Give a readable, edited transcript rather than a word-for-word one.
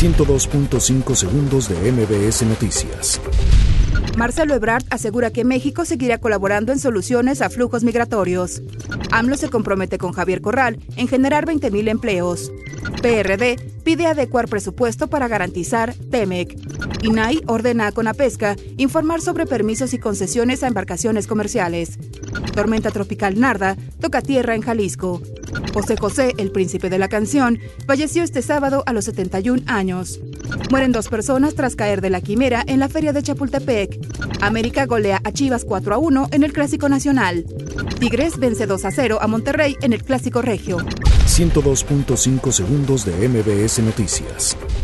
102.5 segundos de MBS Noticias. Marcelo Ebrard asegura que México seguirá colaborando en soluciones a flujos migratorios. AMLO se compromete con Javier Corral en generar 20,000 empleos. PRD pide adecuar presupuesto para garantizar TEMEC. INAI ordena a Conapesca informar sobre permisos y concesiones a embarcaciones comerciales. Tormenta tropical Narda toca tierra en Jalisco. José José, el príncipe de la canción, falleció este sábado a los 71 años. Mueren 2 personas tras caer de la quimera en la feria de Chapultepec. América golea a Chivas 4-1 en el Clásico Nacional. Tigres vence 2-0 a Monterrey en el Clásico Regio. 102.5 segundos de MBS Noticias.